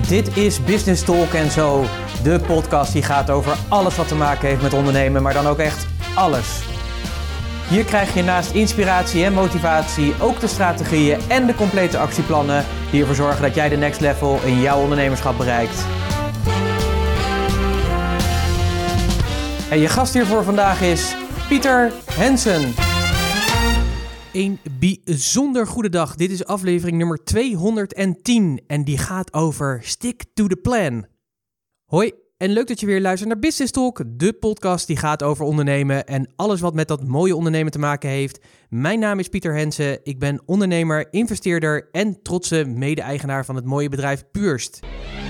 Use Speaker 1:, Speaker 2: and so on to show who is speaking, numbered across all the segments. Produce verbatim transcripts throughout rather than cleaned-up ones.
Speaker 1: Dit is Business Talk en Zo, de podcast die gaat over alles wat te maken heeft met ondernemen, maar dan ook echt alles. Hier krijg je naast inspiratie en motivatie ook de strategieën en de complete actieplannen die ervoor zorgen dat jij de next level in jouw ondernemerschap bereikt. En je gast hier voor vandaag is Pieter Hensen. Een bijzonder goede dag. Dit is aflevering nummer tweehonderdtien en die gaat over Stick to the Plan. Hoi en leuk dat je weer luistert naar Business Talk, de podcast die gaat over ondernemen en alles wat met dat mooie ondernemen te maken heeft. Mijn naam is Pieter Hensen, ik ben ondernemer, investeerder en trotse mede-eigenaar van het mooie bedrijf Purst.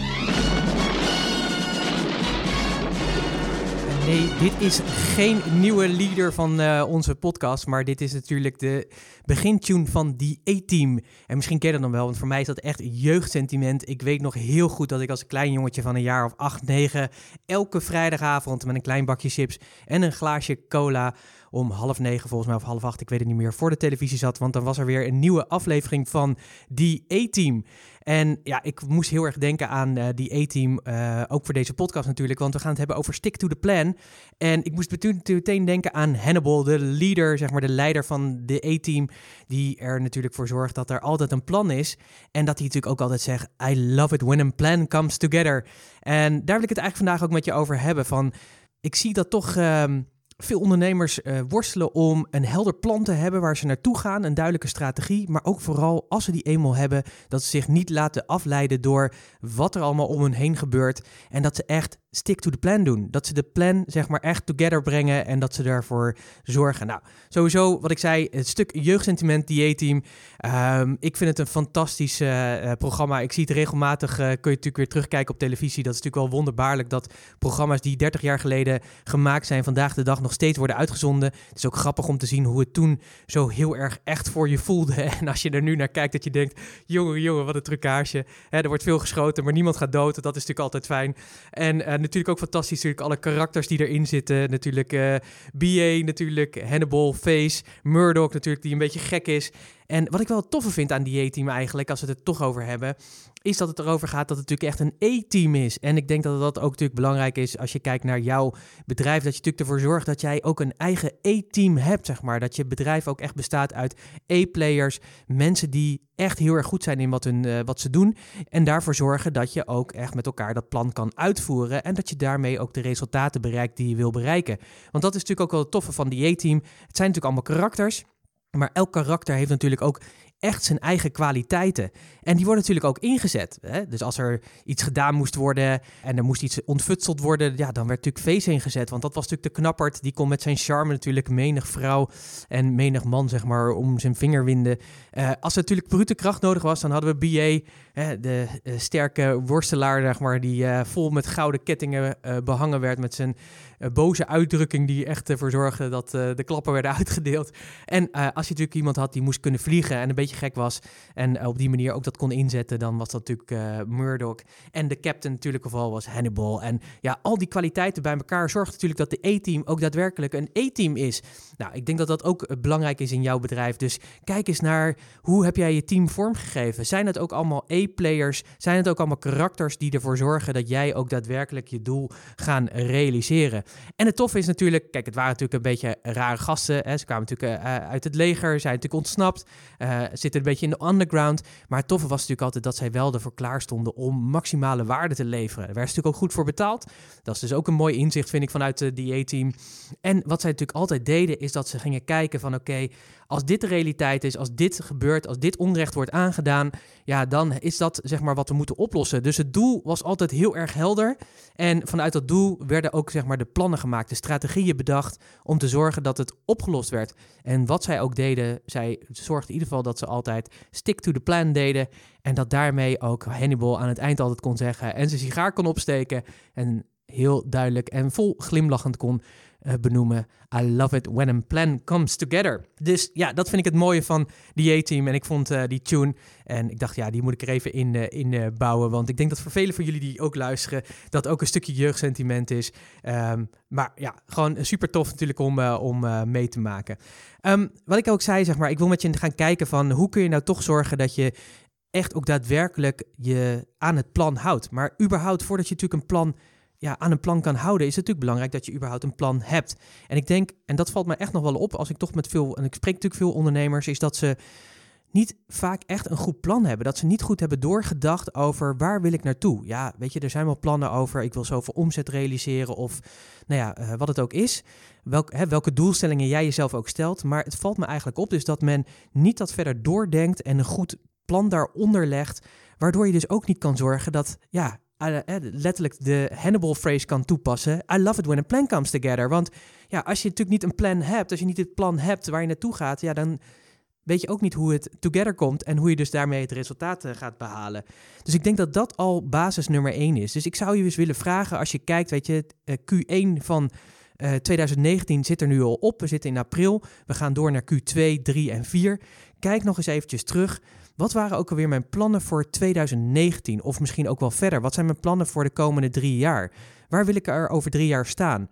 Speaker 1: Nee, dit is geen nieuwe leader van uh, onze podcast, maar dit is natuurlijk de begintune van die A-Team. En misschien ken je dat nog wel, want voor mij is dat echt jeugdsentiment. Ik weet nog heel goed dat ik als klein jongetje van een jaar of acht, negen... elke vrijdagavond met een klein bakje chips en een glaasje cola om half negen volgens mij of half acht, ik weet het niet meer, voor de televisie zat. Want dan was er weer een nieuwe aflevering van die A-Team. En ja, ik moest heel erg denken aan uh, die A-Team, uh, ook voor deze podcast natuurlijk, want we gaan het hebben over Stick to the Plan. En ik moest meteen denken aan Hannibal, de leader, zeg maar de leider van de A-Team, die er natuurlijk voor zorgt dat er altijd een plan is. En dat hij natuurlijk ook altijd zegt, I love it when a plan comes together. En daar wil ik het eigenlijk vandaag ook met je over hebben. Van, ik zie dat toch Um, veel ondernemers uh, worstelen om een helder plan te hebben waar ze naartoe gaan, een duidelijke strategie, maar ook vooral als ze die eenmaal hebben, dat ze zich niet laten afleiden door wat er allemaal om hen heen gebeurt en dat ze echt stick to the plan doen. Dat ze de plan zeg maar echt together brengen en dat ze daarvoor zorgen. Nou, sowieso wat ik zei, het stuk jeugdsentiment, die A-Team. Um, ik vind het een fantastisch uh, uh, programma. Ik zie het regelmatig, uh, kun je natuurlijk weer terugkijken op televisie. Dat is natuurlijk wel wonderbaarlijk dat programma's die dertig jaar geleden gemaakt zijn, vandaag de dag nog steeds worden uitgezonden. Het is ook grappig om te zien hoe het toen zo heel erg echt voor je voelde. En als je er nu naar kijkt, dat je denkt, jongen, jongen, wat een trucage. Hè, er wordt veel geschoten, maar niemand gaat dood. Dat is natuurlijk altijd fijn. En uh, natuurlijk ook fantastisch, natuurlijk alle karakters die erin zitten. Natuurlijk uh, B A, natuurlijk Hannibal, Face, Murdoch natuurlijk, die een beetje gek is. En wat ik wel het toffe vind aan die A-Team eigenlijk, als we het er toch over hebben, is dat het erover gaat dat het natuurlijk echt een A-Team is. En ik denk dat dat ook natuurlijk belangrijk is als je kijkt naar jouw bedrijf, dat je natuurlijk ervoor zorgt dat jij ook een eigen A-Team hebt, zeg maar. Dat je bedrijf ook echt bestaat uit A-players, mensen die echt heel erg goed zijn in wat, hun, uh, wat ze doen. En daarvoor zorgen dat je ook echt met elkaar dat plan kan uitvoeren en dat je daarmee ook de resultaten bereikt die je wil bereiken. Want dat is natuurlijk ook wel het toffe van die A-Team. Het zijn natuurlijk allemaal karakters, maar elk karakter heeft natuurlijk ook echt zijn eigen kwaliteiten. En die worden natuurlijk ook ingezet. Hè? Dus als er iets gedaan moest worden en er moest iets ontfutseld worden, ja, dan werd natuurlijk Face ingezet. Want dat was natuurlijk de knappert. Die kon met zijn charme natuurlijk menig vrouw en menig man, zeg maar, om zijn vinger winden. Uh, als er natuurlijk brute kracht nodig was, dan hadden we B A, hè, de uh, sterke worstelaar, zeg maar, die uh, vol met gouden kettingen uh, behangen werd met zijn uh, boze uitdrukking die echt ervoor zorgde dat uh, de klappen werden uitgedeeld. En uh, als je natuurlijk iemand had die moest kunnen vliegen en een beetje gek was en uh, op die manier ook dat kon inzetten, dan was dat natuurlijk uh, Murdoch. En de captain natuurlijk geval was Hannibal. En ja, al die kwaliteiten bij elkaar zorgt natuurlijk dat de A-Team ook daadwerkelijk een A-Team is. Nou, ik denk dat dat ook uh, belangrijk is in jouw bedrijf. Dus kijk eens naar hoe heb jij je team vormgegeven. Zijn het ook allemaal A-players? Zijn het ook allemaal karakters die ervoor zorgen dat jij ook daadwerkelijk je doel gaan realiseren? En het toffe is natuurlijk, kijk, het waren natuurlijk een beetje rare gasten. Hè? Ze kwamen natuurlijk uh, uit het leger, zijn natuurlijk ontsnapt. Uh, zitten een beetje in de underground. Maar het toffe was natuurlijk altijd dat zij wel ervoor klaar stonden om maximale waarde te leveren. Daar werd ze natuurlijk ook goed voor betaald. Dat is dus ook een mooi inzicht, vind ik, vanuit de D A-team. En wat zij natuurlijk altijd deden, is dat ze gingen kijken van oké, okay, als dit de realiteit is, als dit gebeurt, als dit onrecht wordt aangedaan, ja, dan is dat zeg maar wat we moeten oplossen. Dus het doel was altijd heel erg helder. En vanuit dat doel werden ook zeg maar de plannen gemaakt, de strategieën bedacht om te zorgen dat het opgelost werd. En wat zij ook deden, zij zorgden in ieder geval dat ze altijd stick to the plan deden. En dat daarmee ook Hannibal aan het eind altijd kon zeggen en zijn sigaar kon opsteken en heel duidelijk en vol glimlachend kon uh, benoemen. I love it when a plan comes together. Dus ja, dat vind ik het mooie van die A-team. En ik vond uh, die tune en ik dacht, ja, die moet ik er even in, uh, in uh, bouwen. Want ik denk dat voor velen van jullie die ook luisteren, dat ook een stukje jeugdsentiment is. Um, maar ja, gewoon super tof natuurlijk om, uh, om uh, mee te maken. Um, wat ik ook zei, zeg maar, ik wil met je gaan kijken van hoe kun je nou toch zorgen dat je echt ook daadwerkelijk je aan het plan houdt. Maar überhaupt, voordat je natuurlijk een plan ja, aan een plan kan houden, is het natuurlijk belangrijk dat je überhaupt een plan hebt. En ik denk, en dat valt me echt nog wel op, als ik toch met veel, en ik spreek natuurlijk veel ondernemers, is dat ze niet vaak echt een goed plan hebben. Dat ze niet goed hebben doorgedacht over waar wil ik naartoe. Ja, weet je, er zijn wel plannen over, ik wil zoveel omzet realiseren of nou ja, uh, wat het ook is. Welk, hè, welke doelstellingen jij jezelf ook stelt. Maar het valt me eigenlijk op dus dat men niet dat verder doordenkt en een goed plan daaronder legt, waardoor je dus ook niet kan zorgen dat, ja, uh, letterlijk de Hannibal phrase kan toepassen. I love it when a plan comes together. Want ja, als je natuurlijk niet een plan hebt, als je niet het plan hebt waar je naartoe gaat, ja, dan weet je ook niet hoe het together komt en hoe je dus daarmee het resultaat uh, gaat behalen. Dus ik denk dat dat al basis nummer één is. Dus ik zou je eens willen vragen, als je kijkt, weet je, uh, Q één van uh, twintig negentien zit er nu al op. We zitten in april. We gaan door naar Q twee, drie en vier. Kijk nog eens eventjes terug. Wat waren ook alweer mijn plannen voor twintig negentien? Of misschien ook wel verder. Wat zijn mijn plannen voor de komende drie jaar? Waar wil ik er over drie jaar staan?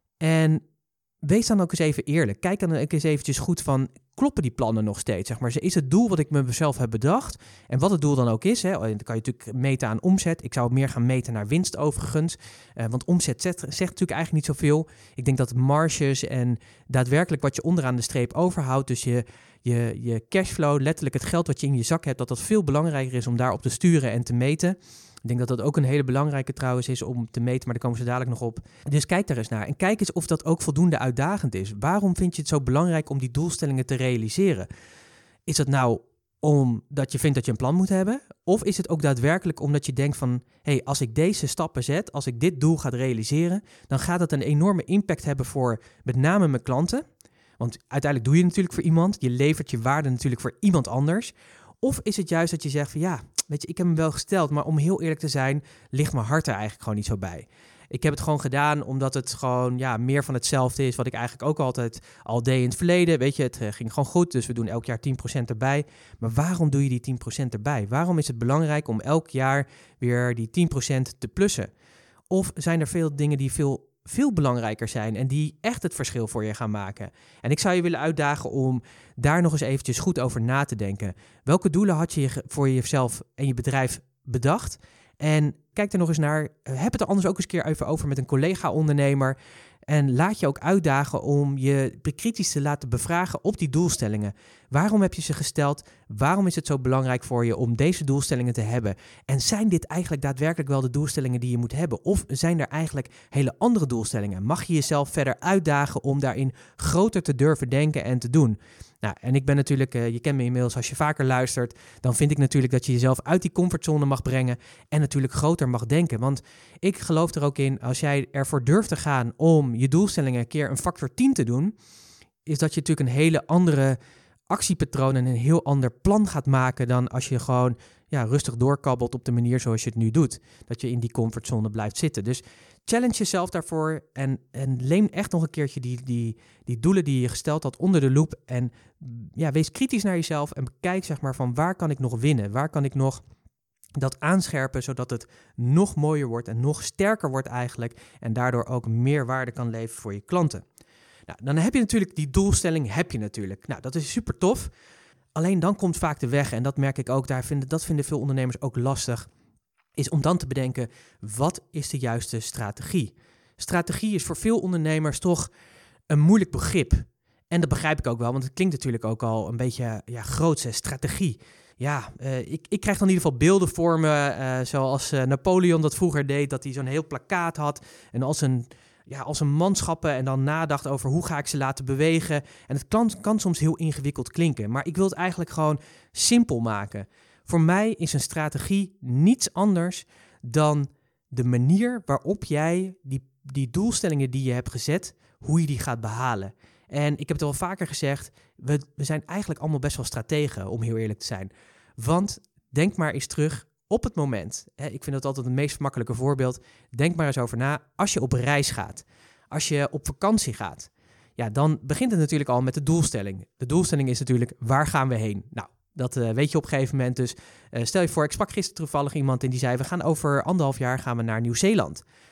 Speaker 1: En wees dan ook eens even eerlijk. Kijk dan ook eens eventjes goed van, kloppen die plannen nog steeds? Zeg maar. Is het doel wat ik mezelf heb bedacht? En wat het doel dan ook is, hè, dan kan je natuurlijk meten aan omzet. Ik zou het meer gaan meten naar winst overigens. Uh, want omzet zegt, zegt natuurlijk eigenlijk niet zoveel. Ik denk dat marges en daadwerkelijk wat je onderaan de streep overhoudt, dus je, je, je cashflow, letterlijk het geld wat je in je zak hebt, dat dat veel belangrijker is om daarop te sturen en te meten. Ik denk dat dat ook een hele belangrijke trouwens is om te meten, maar daar komen ze dadelijk nog op. Dus kijk daar eens naar en kijk eens of dat ook voldoende uitdagend is. Waarom vind je het zo belangrijk om die doelstellingen te realiseren? Is dat nou omdat je vindt dat je een plan moet hebben? Of is het ook daadwerkelijk omdat je denkt van, hé, hey, als ik deze stappen zet, als ik dit doel ga realiseren, dan gaat dat een enorme impact hebben voor met name mijn klanten. Want uiteindelijk doe je het natuurlijk voor iemand. Je levert je waarde natuurlijk voor iemand anders. Of is het juist dat je zegt van ja, weet je, ik heb hem wel gesteld, maar om heel eerlijk te zijn, ligt mijn hart er eigenlijk gewoon niet zo bij. Ik heb het gewoon gedaan omdat het gewoon ja, meer van hetzelfde is wat ik eigenlijk ook altijd al deed in het verleden. Weet je, het ging gewoon goed, dus we doen elk jaar tien procent erbij. Maar waarom doe je die tien procent erbij? Waarom is het belangrijk om elk jaar weer die tien procent te plussen? Of zijn er veel dingen die veel veel belangrijker zijn en die echt het verschil voor je gaan maken? En ik zou je willen uitdagen om daar nog eens eventjes goed over na te denken. Welke doelen had je voor jezelf en je bedrijf bedacht? En kijk er nog eens naar. Heb het er anders ook eens een keer even over met een collega-ondernemer. En laat je ook uitdagen om je kritisch te laten bevragen op die doelstellingen. Waarom heb je ze gesteld? Waarom is het zo belangrijk voor je om deze doelstellingen te hebben? En zijn dit eigenlijk daadwerkelijk wel de doelstellingen die je moet hebben? Of zijn er eigenlijk hele andere doelstellingen? Mag je jezelf verder uitdagen om daarin groter te durven denken en te doen? Nou, en ik ben natuurlijk, uh, je kent me inmiddels, als je vaker luistert, dan vind ik natuurlijk dat je jezelf uit die comfortzone mag brengen en natuurlijk groter mag denken. Want ik geloof er ook in, als jij ervoor durft te gaan om je doelstellingen een keer een factor tien te doen, is dat je natuurlijk een hele andere actiepatroon en een heel ander plan gaat maken dan als je gewoon ja, rustig doorkabbelt op de manier zoals je het nu doet. Dat je in die comfortzone blijft zitten. Dus challenge jezelf daarvoor en, en neem echt nog een keertje die, die, die doelen die je gesteld had onder de loep. En ja, wees kritisch naar jezelf en bekijk zeg maar van waar kan ik nog winnen? Waar kan ik nog dat aanscherpen zodat het nog mooier wordt en nog sterker wordt eigenlijk. En daardoor ook meer waarde kan leveren voor je klanten. Nou, dan heb je natuurlijk die doelstelling, heb je natuurlijk. Nou, dat is super tof. Alleen dan komt vaak de weg, en dat merk ik ook, daar vinden, dat vinden veel ondernemers ook lastig, is om dan te bedenken, wat is de juiste strategie? Strategie is voor veel ondernemers toch een moeilijk begrip. En dat begrijp ik ook wel, want het klinkt natuurlijk ook al een beetje ja, grootse strategie. Ja, uh, ik, ik krijg dan in ieder geval beelden voor me, uh, zoals uh, Napoleon dat vroeger deed, dat hij zo'n heel plakkaat had en als een... Ja, als een manschappen en dan nadacht over hoe ga ik ze laten bewegen. En het kan, kan soms heel ingewikkeld klinken, maar ik wil het eigenlijk gewoon simpel maken. Voor mij is een strategie niets anders dan de manier waarop jij die, die doelstellingen die je hebt gezet, hoe je die gaat behalen. En ik heb het al vaker gezegd, we, we zijn eigenlijk allemaal best wel strategen, om heel eerlijk te zijn. Want denk maar eens terug op het moment, hè, ik vind dat altijd het meest makkelijke voorbeeld, denk maar eens over na, als je op reis gaat, als je op vakantie gaat, ja, dan begint het natuurlijk al met de doelstelling. De doelstelling is natuurlijk, waar gaan we heen? Nou, dat uh, weet je op een gegeven moment. Dus uh, stel je voor, ik sprak gisteren toevallig iemand en die zei, we gaan over anderhalf jaar gaan we naar Nieuw-Zeeland. Nou,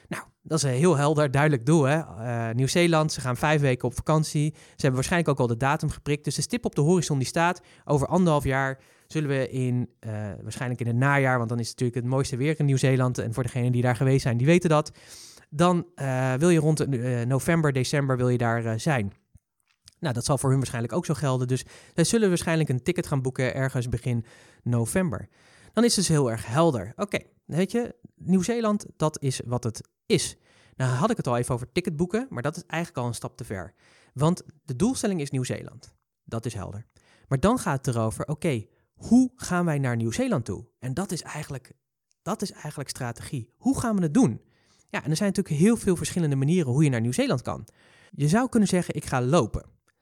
Speaker 1: Dat is een heel helder, duidelijk doel. Hè? Uh, Nieuw-Zeeland, ze gaan vijf weken op vakantie. Ze hebben waarschijnlijk ook al de datum geprikt. Dus de stip op de horizon die staat, over anderhalf jaar zullen we in, uh, waarschijnlijk in het najaar, want dan is het natuurlijk het mooiste weer in Nieuw-Zeeland. En voor degenen die daar geweest zijn, die weten dat. Dan uh, wil je rond uh, november, december wil je daar uh, zijn. Nou, dat zal voor hun waarschijnlijk ook zo gelden. Dus zij zullen waarschijnlijk een ticket gaan boeken ergens begin november. Dan is het dus heel erg helder. Oké, okay, weet je, Nieuw-Zeeland, dat is wat het is. Nou had ik het al even over ticketboeken, maar dat is eigenlijk al een stap te ver. Want de doelstelling is Nieuw-Zeeland. Dat is helder. Maar dan gaat het erover, oké, okay, hoe gaan wij naar Nieuw-Zeeland toe? En dat is eigenlijk, dat is eigenlijk strategie. Hoe gaan we het doen? Ja, en er zijn natuurlijk heel veel verschillende manieren hoe je naar Nieuw-Zeeland kan. Je zou kunnen zeggen, ik ga lopen.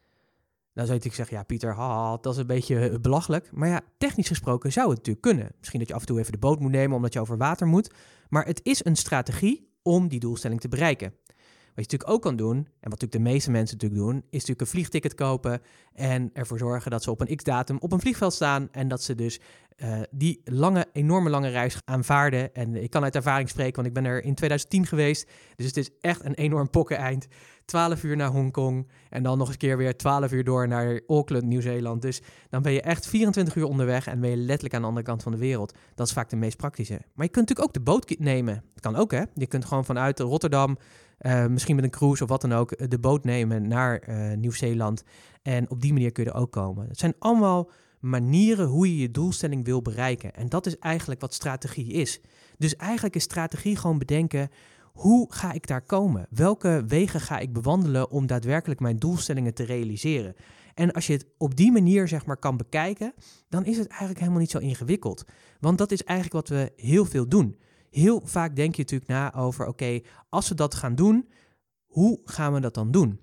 Speaker 1: Dan zou je natuurlijk zeggen, ja Pieter, ha, dat is een beetje belachelijk. Maar ja, technisch gesproken zou het natuurlijk kunnen. Misschien dat je af en toe even de boot moet nemen omdat je over water moet. Maar het is een strategie om die doelstelling te bereiken. Wat je natuurlijk ook kan doen, en wat natuurlijk de meeste mensen natuurlijk doen, is natuurlijk een vliegticket kopen en ervoor zorgen dat ze op een x-datum op een vliegveld staan en dat ze dus uh, die lange, enorme lange reis aanvaarden. En ik kan uit ervaring spreken, want ik ben er in twintig tien geweest, dus het is echt een enorm pokkeneind. twaalf uur naar Hongkong en dan nog eens keer weer twaalf uur door naar Auckland, Nieuw-Zeeland. Dus dan ben je echt vierentwintig uur onderweg en ben je letterlijk aan de andere kant van de wereld. Dat is vaak de meest praktische. Maar je kunt natuurlijk ook de boot nemen. Dat kan ook, hè. Je kunt gewoon vanuit Rotterdam, uh, misschien met een cruise of wat dan ook, de boot nemen naar uh, Nieuw-Zeeland. En op die manier kun je er ook komen. Het zijn allemaal manieren hoe je je doelstelling wil bereiken. En dat is eigenlijk wat strategie is. Dus eigenlijk is strategie gewoon bedenken, hoe ga ik daar komen? Welke wegen ga ik bewandelen om daadwerkelijk mijn doelstellingen te realiseren? En als je het op die manier zeg maar kan bekijken, dan is het eigenlijk helemaal niet zo ingewikkeld. Want dat is eigenlijk wat we heel veel doen. Heel vaak denk je natuurlijk na over, oké, okay, als we dat gaan doen, hoe gaan we dat dan doen?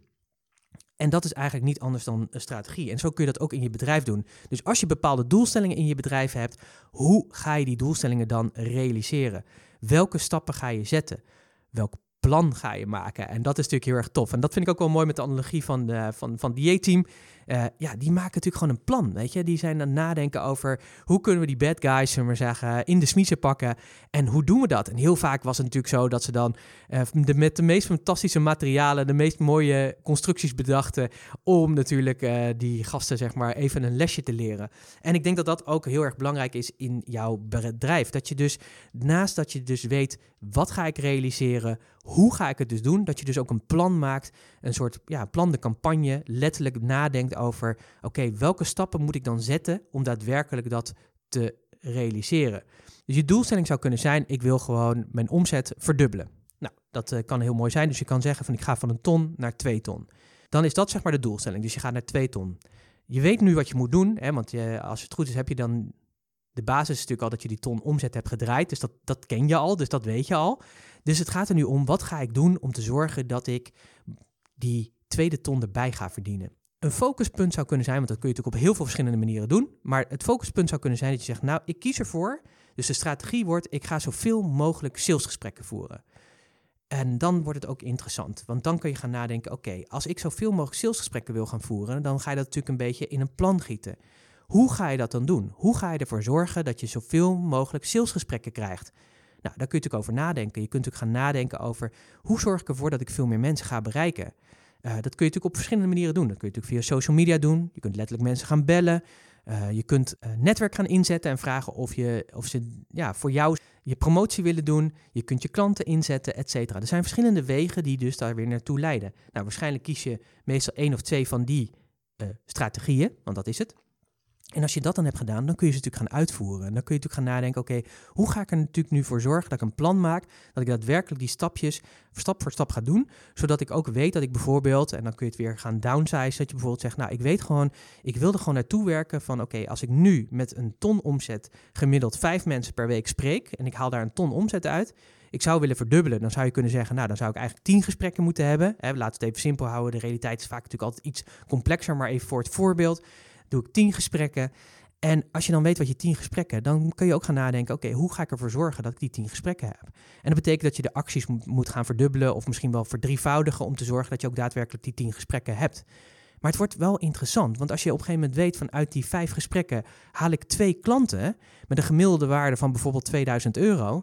Speaker 1: En dat is eigenlijk niet anders dan een strategie. En zo kun je dat ook in je bedrijf doen. Dus als je bepaalde doelstellingen in je bedrijf hebt, hoe ga je die doelstellingen dan realiseren? Welke stappen ga je zetten? Welk plan ga je maken? En dat is natuurlijk heel erg tof. En dat vind ik ook wel mooi met de analogie van, de, van, van die dieetteam. Uh, ja, die maken natuurlijk gewoon een plan, weet je. Die zijn aan het nadenken over hoe kunnen we die bad guys, zullen we maar zeggen, in de smiezen pakken. En hoe doen we dat? En heel vaak was het natuurlijk zo dat ze dan uh, de, met de meest fantastische materialen, de meest mooie constructies bedachten om natuurlijk uh, die gasten, zeg maar, even een lesje te leren. En ik denk dat dat ook heel erg belangrijk is in jouw bedrijf. Dat je dus, naast dat je dus weet, wat ga ik realiseren, hoe ga ik het dus doen, dat je dus ook een plan maakt, een soort ja, plan de campagne, letterlijk nadenkt over, oké, okay, welke stappen moet ik dan zetten om daadwerkelijk dat te realiseren. Dus je doelstelling zou kunnen zijn, ik wil gewoon mijn omzet verdubbelen. Nou, dat uh, kan heel mooi zijn, dus je kan zeggen van ik ga van een ton naar twee ton. Dan is dat zeg maar de doelstelling, dus je gaat naar twee ton. Je weet nu wat je moet doen, hè, want je, als het goed is heb je dan, de basis is natuurlijk al dat je die ton omzet hebt gedraaid, dus dat, dat ken je al, dus dat weet je al. Dus het gaat er nu om, wat ga ik doen om te zorgen dat ik die tweede ton erbij ga verdienen. Een focuspunt zou kunnen zijn, want dat kun je natuurlijk op heel veel verschillende manieren doen, maar het focuspunt zou kunnen zijn dat je zegt, nou, ik kies ervoor, dus de strategie wordt, ik ga zoveel mogelijk salesgesprekken voeren. En dan wordt het ook interessant, want dan kun je gaan nadenken, oké, okay, als ik zoveel mogelijk salesgesprekken wil gaan voeren, dan ga je dat natuurlijk een beetje in een plan gieten. Hoe ga je dat dan doen? Hoe ga je ervoor zorgen dat je zoveel mogelijk salesgesprekken krijgt? Nou, daar kun je natuurlijk over nadenken. Je kunt natuurlijk gaan nadenken over, hoe zorg ik ervoor dat ik veel meer mensen ga bereiken? Uh, dat kun je natuurlijk op verschillende manieren doen. Dat kun je natuurlijk via social media doen. Je kunt letterlijk mensen gaan bellen. Uh, je kunt uh, netwerk gaan inzetten en vragen of, je, of ze ja, voor jou je promotie willen doen. Je kunt je klanten inzetten, et cetera. Er zijn verschillende wegen die dus daar weer naartoe leiden. Nou, waarschijnlijk kies je meestal één of twee van die uh, strategieën, want dat is het. En als je dat dan hebt gedaan, dan kun je ze natuurlijk gaan uitvoeren. En dan kun je natuurlijk gaan nadenken, oké, okay, hoe ga ik er natuurlijk nu voor zorgen dat ik een plan maak, dat ik daadwerkelijk die stapjes stap voor stap ga doen, zodat ik ook weet dat ik bijvoorbeeld, en dan kun je het weer gaan downsize, dat je bijvoorbeeld zegt, nou, ik weet gewoon, ik wil er gewoon naartoe werken van, oké, okay, als ik nu met een ton omzet gemiddeld vijf mensen per week spreek, en ik haal daar een ton omzet uit, ik zou willen verdubbelen, dan zou je kunnen zeggen, nou, dan zou ik eigenlijk tien gesprekken moeten hebben. Hè, laten we het even simpel houden, de realiteit is vaak natuurlijk altijd iets complexer, maar even voor het voorbeeld, doe ik tien gesprekken. En als je dan weet wat je tien gesprekken, dan kun je ook gaan nadenken, oké, okay, hoe ga ik ervoor zorgen dat ik die tien gesprekken heb? En dat betekent dat je de acties moet, moet gaan verdubbelen of misschien wel verdrievoudigen om te zorgen dat je ook daadwerkelijk die tien gesprekken hebt. Maar het wordt wel interessant, want als je op een gegeven moment weet van uit die vijf gesprekken haal ik twee klanten met een gemiddelde waarde van bijvoorbeeld tweeduizend euro,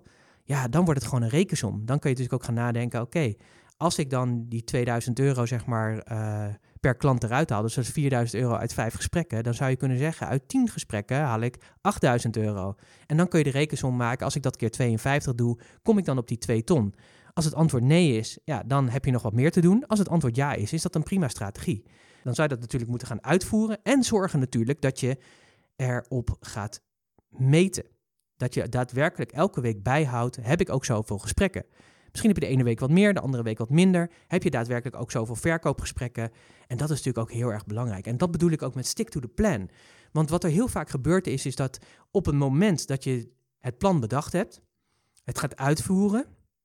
Speaker 1: ja, dan wordt het gewoon een rekensom. Dan kun je dus ook gaan nadenken, oké, okay, als ik dan die tweeduizend euro zeg maar uh, per klant eruit haal, dus dat is vierduizend euro uit vijf gesprekken, dan zou je kunnen zeggen, uit tien gesprekken haal ik achtduizend euro. En dan kun je de rekensom maken, als ik dat keer tweeënvijftig doe, kom ik dan op die twee ton. Als het antwoord nee is, ja, dan heb je nog wat meer te doen. Als het antwoord ja is, is dat een prima strategie. Dan zou je dat natuurlijk moeten gaan uitvoeren en zorgen natuurlijk dat je erop gaat meten. Dat je daadwerkelijk elke week bijhoudt, heb ik ook zoveel gesprekken. Misschien heb je de ene week wat meer, de andere week wat minder. Heb je daadwerkelijk ook zoveel verkoopgesprekken? En dat is natuurlijk ook heel erg belangrijk. En dat bedoel ik ook met stick to the plan. Want wat er heel vaak gebeurd is, is dat op het moment dat je het plan bedacht hebt, het gaat uitvoeren,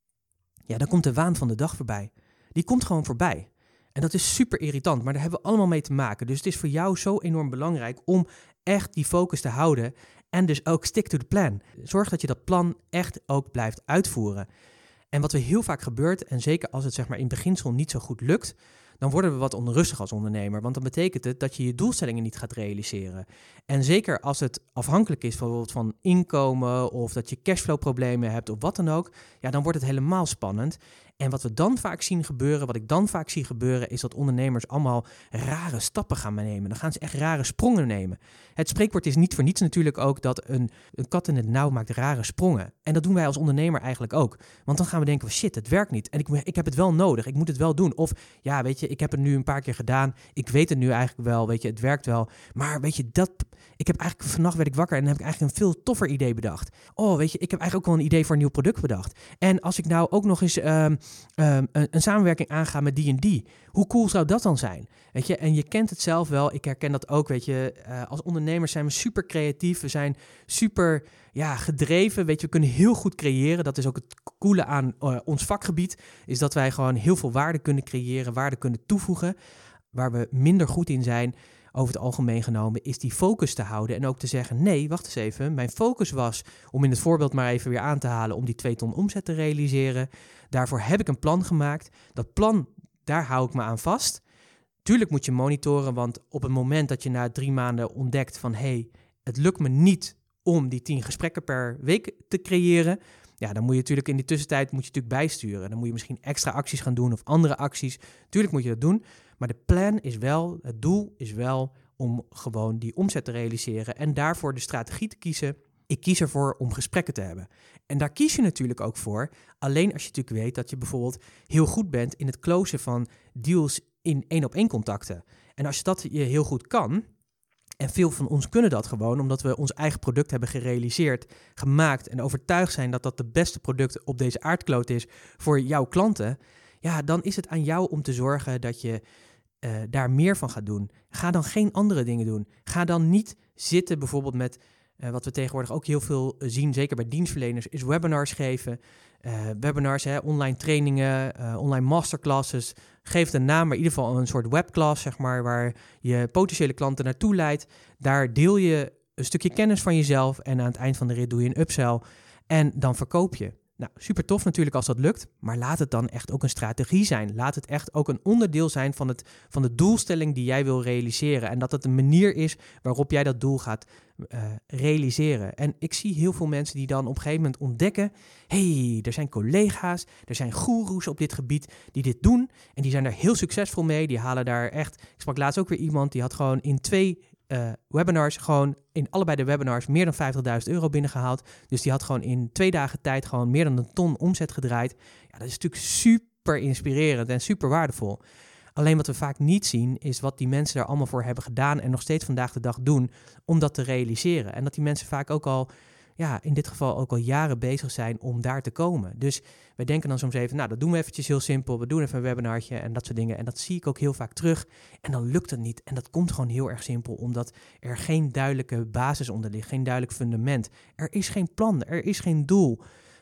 Speaker 1: ja, dan komt de waan van de dag voorbij. Die komt gewoon voorbij. En dat is super irritant, maar daar hebben we allemaal mee te maken. Dus het is voor jou zo enorm belangrijk om echt die focus te houden en dus ook stick to the plan. Zorg dat je dat plan echt ook blijft uitvoeren. En wat er heel vaak gebeurt, en zeker als het zeg maar in beginsel niet zo goed lukt, dan worden we wat onrustig als ondernemer. Want dan betekent het dat je je doelstellingen niet gaat realiseren. En zeker als het afhankelijk is van, bijvoorbeeld van inkomen of dat je cashflow-problemen hebt of wat dan ook, ja, dan wordt het helemaal spannend. En wat we dan vaak zien gebeuren, wat ik dan vaak zie gebeuren, is dat ondernemers allemaal rare stappen gaan nemen. Dan gaan ze echt rare sprongen nemen. Het spreekwoord is niet voor niets natuurlijk ook dat een, een kat in het nauw maakt rare sprongen. En dat doen wij als ondernemer eigenlijk ook. Want dan gaan we denken, shit, het werkt niet. En ik, ik heb het wel nodig, ik moet het wel doen. Of ja, weet je, ik heb het nu een paar keer gedaan. Ik weet het nu eigenlijk wel, weet je, het werkt wel. Maar weet je, dat, ik heb eigenlijk vannacht werd ik wakker en dan heb ik eigenlijk een veel toffer idee bedacht. Oh, weet je, ik heb eigenlijk ook wel een idee voor een nieuw product bedacht. En als ik nou ook nog eens Um, Um, een, een samenwerking aangaan met die en die. Hoe cool zou dat dan zijn? Weet je, en je kent het zelf wel. Ik herken dat ook, weet je. Uh, als ondernemers zijn we super creatief. We zijn super ja, gedreven. Weet je, we kunnen heel goed creëren. Dat is ook het coole aan uh, ons vakgebied. Is dat wij gewoon heel veel waarde kunnen creëren. Waarde kunnen toevoegen. Waar we minder goed in zijn, over het algemeen genomen, is die focus te houden. En ook te zeggen, nee, wacht eens even. Mijn focus was, om in het voorbeeld maar even weer aan te halen, om die twee ton omzet te realiseren. Daarvoor heb ik een plan gemaakt. Dat plan, daar hou ik me aan vast. Tuurlijk moet je monitoren, want op het moment dat je na drie maanden ontdekt van, hé, hey, het lukt me niet om die tien gesprekken per week te creëren, ja, dan moet je natuurlijk in die tussentijd moet je natuurlijk bijsturen. Dan moet je misschien extra acties gaan doen of andere acties. Tuurlijk moet je dat doen, maar de plan is wel, het doel is wel om gewoon die omzet te realiseren en daarvoor de strategie te kiezen. Ik kies ervoor om gesprekken te hebben. En daar kies je natuurlijk ook voor, alleen als je natuurlijk weet dat je bijvoorbeeld heel goed bent in het closen van deals in één-op-één contacten. En als je dat je heel goed kan, en veel van ons kunnen dat gewoon, omdat we ons eigen product hebben gerealiseerd, gemaakt en overtuigd zijn dat dat de beste product op deze aardkloot is voor jouw klanten, ja, dan is het aan jou om te zorgen dat je uh, daar meer van gaat doen. Ga dan geen andere dingen doen. Ga dan niet zitten bijvoorbeeld met, uh, wat we tegenwoordig ook heel veel zien, zeker bij dienstverleners, is webinars geven. Uh, webinars, hè, online trainingen, uh, online masterclasses. Geef het een naam, maar in ieder geval een soort webclass, zeg maar, waar je potentiële klanten naartoe leidt. Daar deel je een stukje kennis van jezelf en aan het eind van de rit doe je een upsell en dan verkoop je. Nou, super tof natuurlijk als dat lukt, maar laat het dan echt ook een strategie zijn. Laat het echt ook een onderdeel zijn van, het, van de doelstelling die jij wil realiseren. En dat het een manier is waarop jij dat doel gaat uh, realiseren. En ik zie heel veel mensen die dan op een gegeven moment ontdekken, hey, er zijn collega's, er zijn goeroes op dit gebied die dit doen. En die zijn daar heel succesvol mee. Die halen daar echt, ik sprak laatst ook weer iemand, die had gewoon in twee Uh, webinars, gewoon in allebei de webinars meer dan vijftigduizend euro binnengehaald. Dus die had gewoon in twee dagen tijd gewoon meer dan een ton omzet gedraaid. Ja, dat is natuurlijk super inspirerend en super waardevol. Alleen wat we vaak niet zien, is wat die mensen daar allemaal voor hebben gedaan en nog steeds vandaag de dag doen om dat te realiseren. En dat die mensen vaak ook al, ja, in dit geval ook al jaren bezig zijn om daar te komen. Dus wij denken dan soms even, nou, dat doen we eventjes heel simpel. We doen even een webinartje en dat soort dingen. En dat zie ik ook heel vaak terug. En dan lukt het niet. En dat komt gewoon heel erg simpel, omdat er geen duidelijke basis onder ligt, geen duidelijk fundament. Er is geen plan, er is geen doel.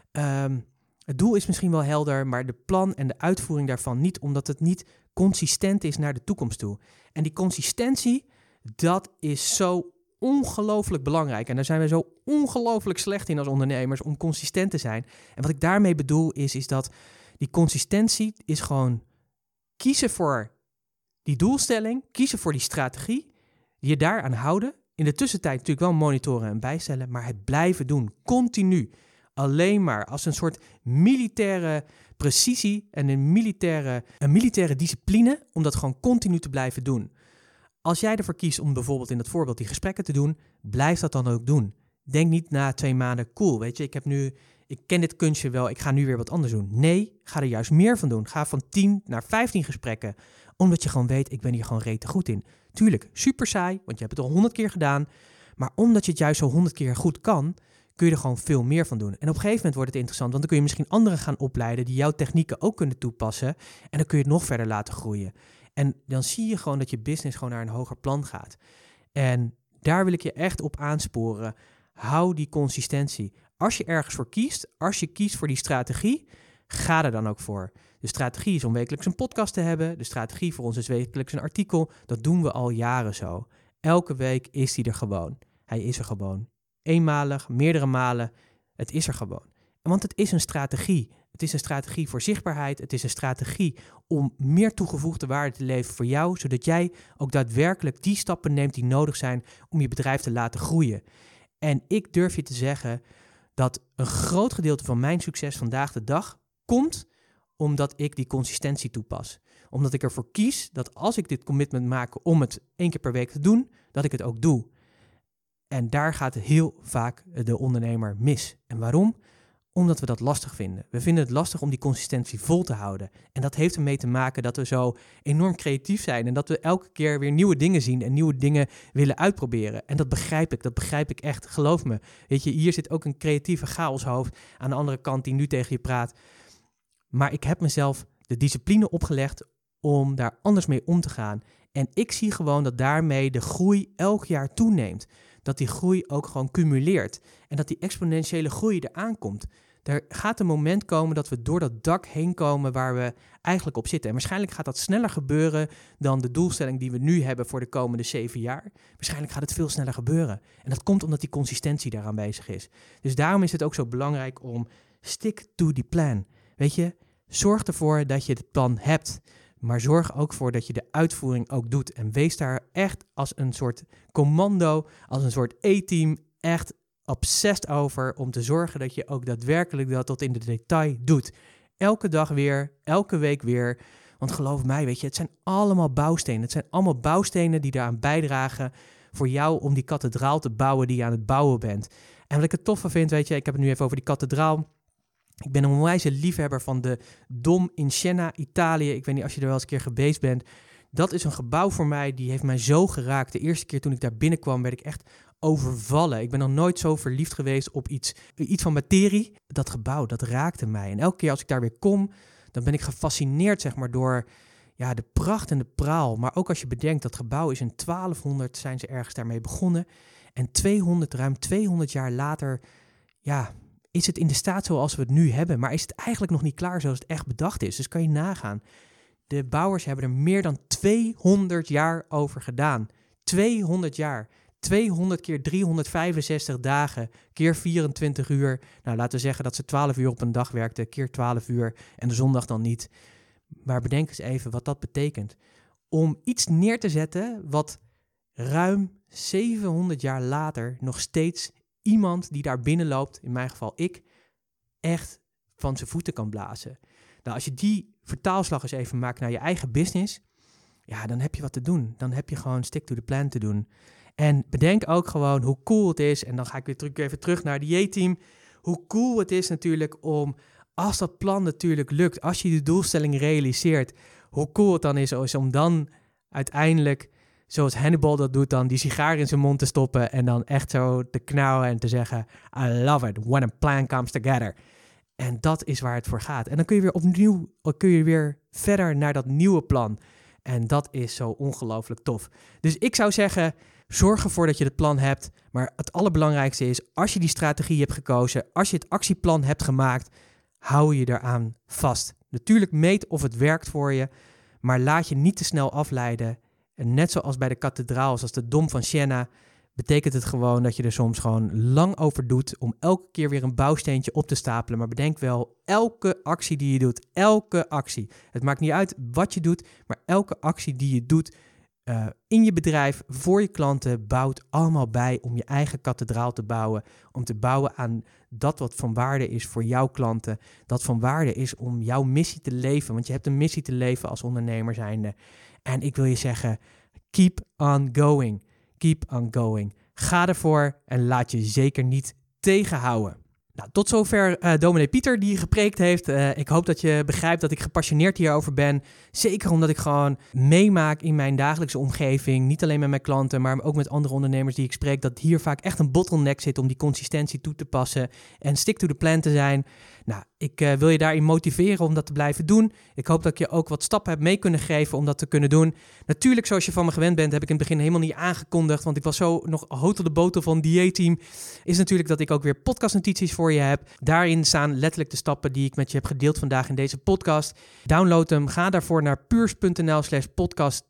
Speaker 1: Um, het doel is misschien wel helder, maar de plan en de uitvoering daarvan niet, omdat het niet consistent is naar de toekomst toe. En die consistentie, dat is zo ongelooflijk belangrijk. En daar zijn we zo ongelooflijk slecht in als ondernemers om consistent te zijn. En wat ik daarmee bedoel is, is dat die consistentie is gewoon kiezen voor die doelstelling, kiezen voor die strategie, je daaraan houden. In de tussentijd natuurlijk wel monitoren en bijstellen, maar het blijven doen, continu. alleen maar als een soort militaire precisie en een militaire, een militaire discipline om dat gewoon continu te blijven doen. Als jij ervoor kiest om bijvoorbeeld in dat voorbeeld die gesprekken te doen, blijf dat dan ook doen. Denk niet na twee maanden, cool, weet je, ik heb nu, ik ken dit kunstje wel, ik ga nu weer wat anders doen. Nee, ga er juist meer van doen. Ga van tien naar vijftien gesprekken, omdat je gewoon weet, ik ben hier gewoon rete goed in. Tuurlijk, super saai, want je hebt het al honderd keer gedaan, maar omdat je het juist zo honderd keer goed kan, kun je er gewoon veel meer van doen. En op een gegeven moment wordt het interessant, want dan kun je misschien anderen gaan opleiden die jouw technieken ook kunnen toepassen en dan kun je het nog verder laten groeien. En dan zie je gewoon dat je business gewoon naar een hoger plan gaat. En daar wil ik je echt op aansporen. Hou die consistentie. Als je ergens voor kiest, als je kiest voor die strategie, ga er dan ook voor. De strategie is om wekelijks een podcast te hebben. De strategie voor ons is wekelijks een artikel. Dat doen we al jaren zo. Elke week is die er gewoon. Hij is er gewoon. Eenmalig, meerdere malen. Het is er gewoon. Want het is een strategie. Het is een strategie voor zichtbaarheid. Het is een strategie om meer toegevoegde waarde te leveren voor jou, zodat jij ook daadwerkelijk die stappen neemt die nodig zijn om je bedrijf te laten groeien. En ik durf je te zeggen dat een groot gedeelte van mijn succes vandaag de dag komt omdat ik die consistentie toepas. Omdat ik ervoor kies dat als ik dit commitment maak om het één keer per week te doen, dat ik het ook doe. En daar gaat heel vaak de ondernemer mis. En waarom? Omdat we dat lastig vinden. We vinden het lastig om die consistentie vol te houden. En dat heeft ermee te maken dat we zo enorm creatief zijn en dat we elke keer weer nieuwe dingen zien en nieuwe dingen willen uitproberen. En dat begrijp ik, dat begrijp ik echt, geloof me. Weet je, hier zit ook een creatieve chaoshoofd aan de andere kant die nu tegen je praat. Maar ik heb mezelf de discipline opgelegd om daar anders mee om te gaan. En ik zie gewoon dat daarmee de groei elk jaar toeneemt. Dat die groei ook gewoon cumuleert. En dat die exponentiële groei eraan komt. Er gaat een moment komen dat we door dat dak heen komen waar we eigenlijk op zitten. En waarschijnlijk gaat dat sneller gebeuren dan de doelstelling die we nu hebben voor de komende zeven jaar. Waarschijnlijk gaat het veel sneller gebeuren. En dat komt omdat die consistentie daar aanwezig is. Dus daarom is het ook zo belangrijk om stick to the plan. Weet je, zorg ervoor dat je het plan hebt. Maar zorg ook voor dat je de uitvoering ook doet. En wees daar echt als een soort commando, als een soort A-team echt obsessed over om te zorgen dat je ook daadwerkelijk dat tot in de detail doet. Elke dag weer, elke week weer. Want geloof mij, weet je, het zijn allemaal bouwstenen. Het zijn allemaal bouwstenen die daaraan bijdragen voor jou om die kathedraal te bouwen die je aan het bouwen bent. En wat ik het toffe vind, weet je, ik heb het nu even over die kathedraal. Ik ben een onwijze liefhebber van de Dom in Siena, Italië. Ik weet niet als je er wel eens een keer geweest bent. Dat is een gebouw voor mij, die heeft mij zo geraakt. De eerste keer toen ik daar binnenkwam, werd ik echt overvallen. Ik ben nog nooit zo verliefd geweest op iets, iets van materie. Dat gebouw, dat raakte mij. En elke keer als ik daar weer kom, dan ben ik gefascineerd, zeg maar, door ja, de pracht en de praal. Maar ook als je bedenkt, dat gebouw is in twaalfhonderd zijn ze ergens daarmee begonnen. En tweehonderd, ruim tweehonderd jaar later, ja, is het in de staat zoals we het nu hebben. Maar is het eigenlijk nog niet klaar zoals het echt bedacht is. Dus kan je nagaan. De bouwers hebben er meer dan tweehonderd jaar over gedaan. tweehonderd jaar. tweehonderd keer driehonderdvijfenzestig dagen, keer vierentwintig uur. Nou, laten we zeggen dat ze twaalf uur op een dag werkten, keer twaalf uur en de zondag dan niet. Maar bedenk eens even wat dat betekent. Om iets neer te zetten wat ruim zevenhonderd jaar later nog steeds iemand die daar binnenloopt, in mijn geval ik, echt van zijn voeten kan blazen. Nou, als je die vertaalslag eens even maakt naar je eigen business, ja, dan heb je wat te doen. Dan heb je gewoon stick to the plan te doen. En bedenk ook gewoon hoe cool het is, en dan ga ik weer terug, even terug naar die J-team, hoe cool het is natuurlijk om, als dat plan natuurlijk lukt, als je de doelstelling realiseert, hoe cool het dan is, is om dan uiteindelijk, zoals Hannibal dat doet, dan die sigaar in zijn mond te stoppen en dan echt zo te knauwen en te zeggen, I love it, when a plan comes together. En dat is waar het voor gaat. En dan kun je weer opnieuw, kun je weer verder naar dat nieuwe plan. En dat is zo ongelooflijk tof. Dus ik zou zeggen, zorg ervoor dat je het plan hebt. Maar het allerbelangrijkste is, als je die strategie hebt gekozen, als je het actieplan hebt gemaakt, hou je eraan vast. Natuurlijk meet of het werkt voor je, maar laat je niet te snel afleiden. En net zoals bij de kathedraal, zoals de Dom van Siena, betekent het gewoon dat je er soms gewoon lang over doet om elke keer weer een bouwsteentje op te stapelen. Maar bedenk wel, elke actie die je doet, elke actie. Het maakt niet uit wat je doet, maar elke actie die je doet, uh, in je bedrijf, voor je klanten, bouwt allemaal bij om je eigen kathedraal te bouwen. Om te bouwen aan dat wat van waarde is voor jouw klanten. Dat van waarde is om jouw missie te leven. Want je hebt een missie te leven als ondernemer zijnde. En ik wil je zeggen, keep on going. Keep on going. Ga ervoor en laat je zeker niet tegenhouden. Nou, tot zover uh, dominee Pieter die gepreekt heeft. Uh, ik hoop dat je begrijpt dat ik gepassioneerd hierover ben. Zeker omdat ik gewoon meemaak in mijn dagelijkse omgeving. Niet alleen met mijn klanten, maar ook met andere ondernemers die ik spreek. Dat hier vaak echt een bottleneck zit om die consistentie toe te passen. En stick to the plan te zijn. Nou, ik uh, wil je daarin motiveren om dat te blijven doen. Ik hoop dat ik je ook wat stappen heb mee kunnen geven om dat te kunnen doen. Natuurlijk, zoals je van me gewend bent, heb ik in het begin helemaal niet aangekondigd. Want ik was zo nog hot op de boter van D A-team. Is natuurlijk dat ik ook weer podcastnotities voor je heb. Daarin staan letterlijk de stappen die ik met je heb gedeeld vandaag in deze podcast. Download hem. Ga daarvoor naar puurs.nl slash podcast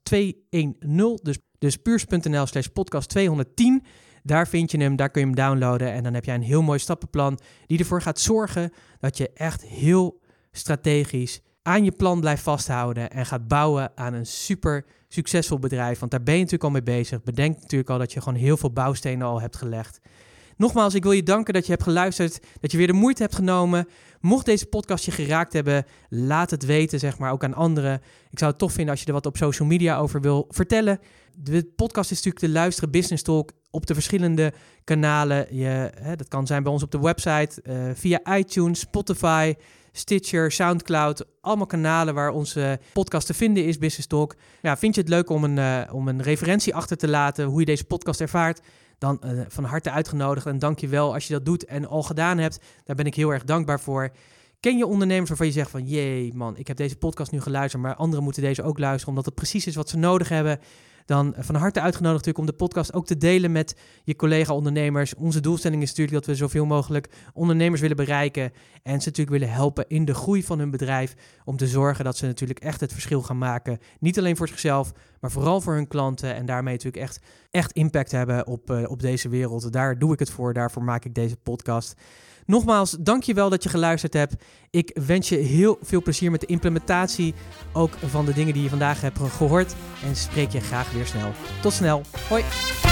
Speaker 1: 210. Dus, dus puurs.nl slash podcast tweehonderdtien. Daar vind je hem, daar kun je hem downloaden en dan heb jij een heel mooi stappenplan die ervoor gaat zorgen dat je echt heel strategisch aan je plan blijft vasthouden en gaat bouwen aan een super succesvol bedrijf. Want daar ben je natuurlijk al mee bezig. Bedenk natuurlijk al dat je gewoon heel veel bouwstenen al hebt gelegd. Nogmaals, ik wil je danken dat je hebt geluisterd, dat je weer de moeite hebt genomen. Mocht deze podcast je geraakt hebben, laat het weten, zeg maar, ook aan anderen. Ik zou het tof vinden als je er wat op social media over wil vertellen. De podcast is natuurlijk te luisteren, Business Talk, op de verschillende kanalen. Je, hè, dat kan zijn bij ons op de website, uh, via iTunes, Spotify, Stitcher, Soundcloud. Allemaal kanalen waar onze podcast te vinden is, Business Talk. Ja, vind je het leuk om een, uh, om een referentie achter te laten hoe je deze podcast ervaart? Dan uh, van harte uitgenodigd en dank je wel als je dat doet en al gedaan hebt. Daar ben ik heel erg dankbaar voor. Ken je ondernemers waarvan je zegt van, jee man, ik heb deze podcast nu geluisterd, maar anderen moeten deze ook luisteren omdat het precies is wat ze nodig hebben. Dan van harte uitgenodigd natuurlijk om de podcast ook te delen met je collega-ondernemers. Onze doelstelling is natuurlijk dat we zoveel mogelijk ondernemers willen bereiken en ze natuurlijk willen helpen in de groei van hun bedrijf om te zorgen dat ze natuurlijk echt het verschil gaan maken. Niet alleen voor zichzelf, maar vooral voor hun klanten en daarmee natuurlijk echt, echt impact hebben op, uh, op deze wereld. Daar doe ik het voor, daarvoor maak ik deze podcast. Nogmaals, dank je wel dat je geluisterd hebt. Ik wens je heel veel plezier met de implementatie ook van de dingen die je vandaag hebt gehoord. En spreek je graag weer snel. Tot snel. Hoi.